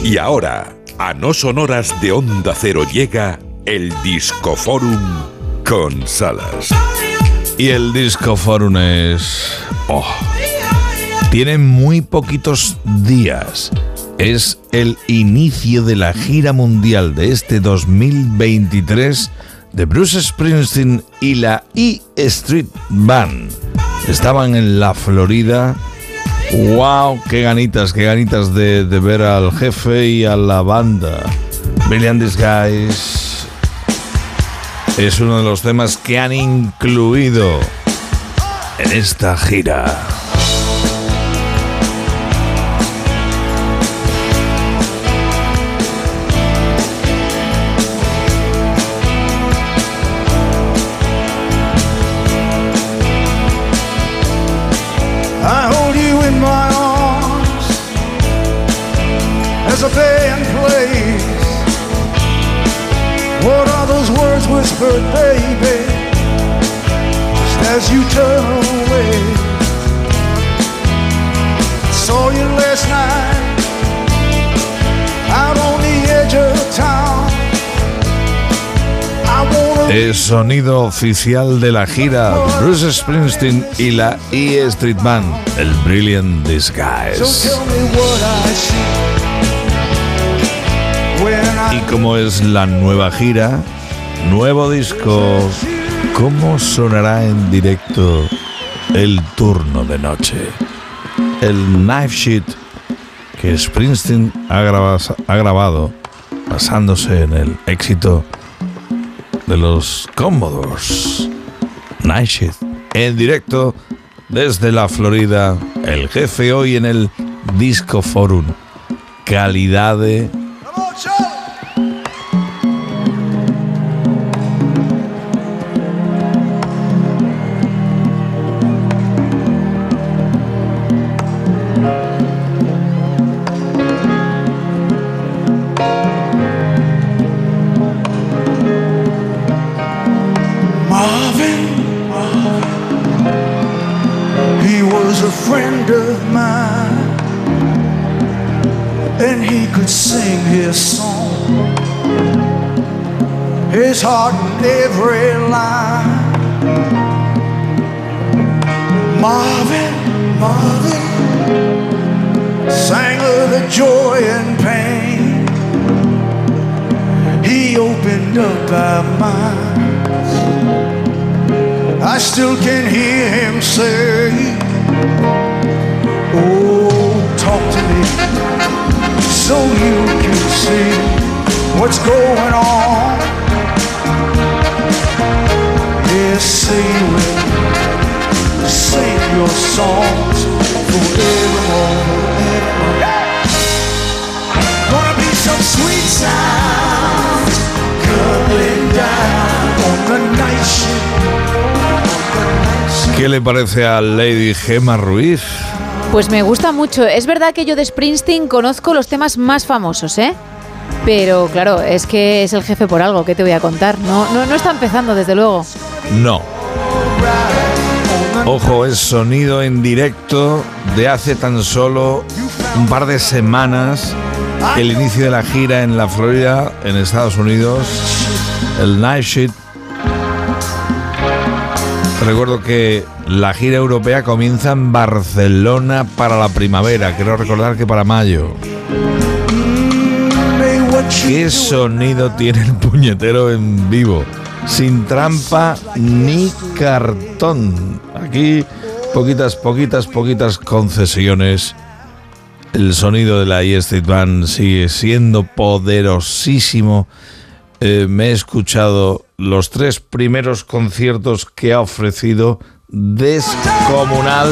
Y ahora, a No Sonoras de Onda Cero llega el Discoforum con Salas. Y el Discoforum es... tiene muy poquitos días. Es el inicio de la gira mundial de este 2023 de Bruce Springsteen y la E Street Band. Estaban en la Florida. ¡Wow! ¡Qué ganitas de ver al jefe y a la banda! Brilliant Disguise es uno de los temas que han incluido en esta gira. As a band plays, what are those words whispered, baby, just as you turn away? I saw you last night, out on the edge of town. Es sonido oficial de la gira Bruce Springsteen y la E Street Band, el Brilliant Disguise. Y como es la nueva gira, nuevo disco, ¿cómo sonará en directo el turno de noche? El Knife Sheet que Springsteen ha grabado basándose en el éxito de los Commodores. Knife Sheet en directo desde la Florida, el jefe hoy en el Discoforum. Calidad de... His heart in every line. Marvin sang of the joy and pain. He opened up our minds. I still can hear him say, oh, talk to me so you can see what's going on. Yes, say you will sing your songs forevermore. Gonna be some sweet sounds coming down on the night shift. ¿Qué le parece a Lady Gemma Ruiz? Pues me gusta mucho. Es verdad que yo de Springsteen conozco los temas más famosos, ¿eh? Pero claro, es que es el jefe por algo, ¿qué te voy a contar? No está empezando, desde luego. No. Ojo, es sonido en directo de hace tan solo un par de semanas, el inicio de la gira en la Florida, en Estados Unidos, el Knife Sheet. Recuerdo que la gira europea comienza en Barcelona para la primavera, creo recordar que para mayo. ¿Qué sonido tiene el puñetero en vivo? Sin trampa ni cartón. Aquí poquitas concesiones. El sonido de la E Street Band sigue siendo poderosísimo. Me he escuchado los 3 primeros conciertos que ha ofrecido. Descomunal.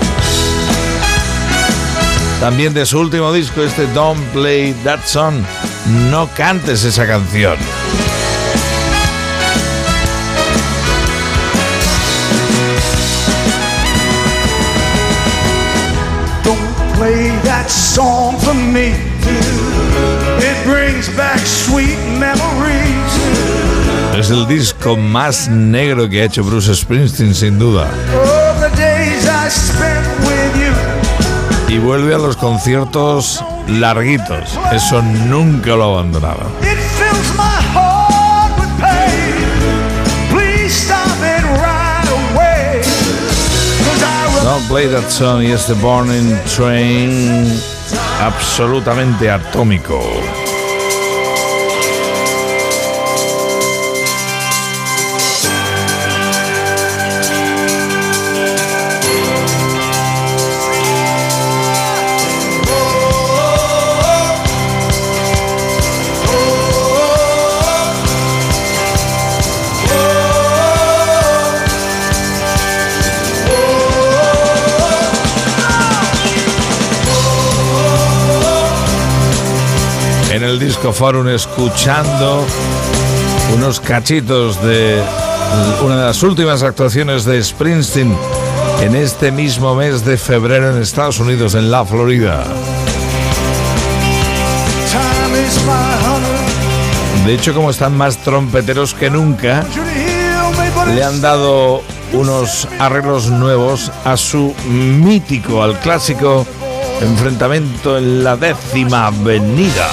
También de su último disco, Don't Play That Song. No cantes esa canción. Don't play that song for me. It brings back sweet memories. Es el disco más negro que ha hecho Bruce Springsteen, sin duda. Oh, the days I spent with you. Y vuelve a los conciertos larguitos. Eso nunca lo ha abandonado. It fills my heart with pain. Please stop it right away. 'Cause I Don't play that song, yes, the Burning Train. Absolutamente atómico. En el Disco Forum, escuchando unos cachitos de una de las últimas actuaciones de Springsteen en este mismo mes de febrero en Estados Unidos, en la Florida. time is my hunger. De hecho, como están más trompeteros que nunca, Should heal me, but le han dado unos arreglos nuevos a su mítico, al clásico enfrentamiento en la 10ª Avenida.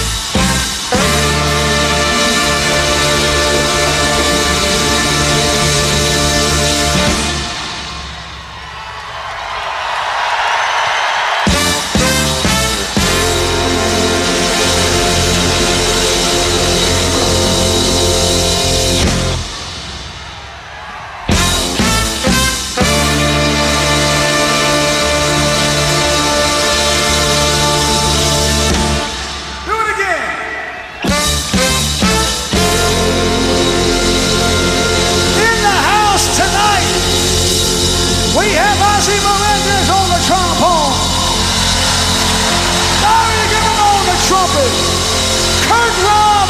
do it again. In the house tonight, we have Ozzy Melendez on the trombone. Larry Gibbon on the trumpet.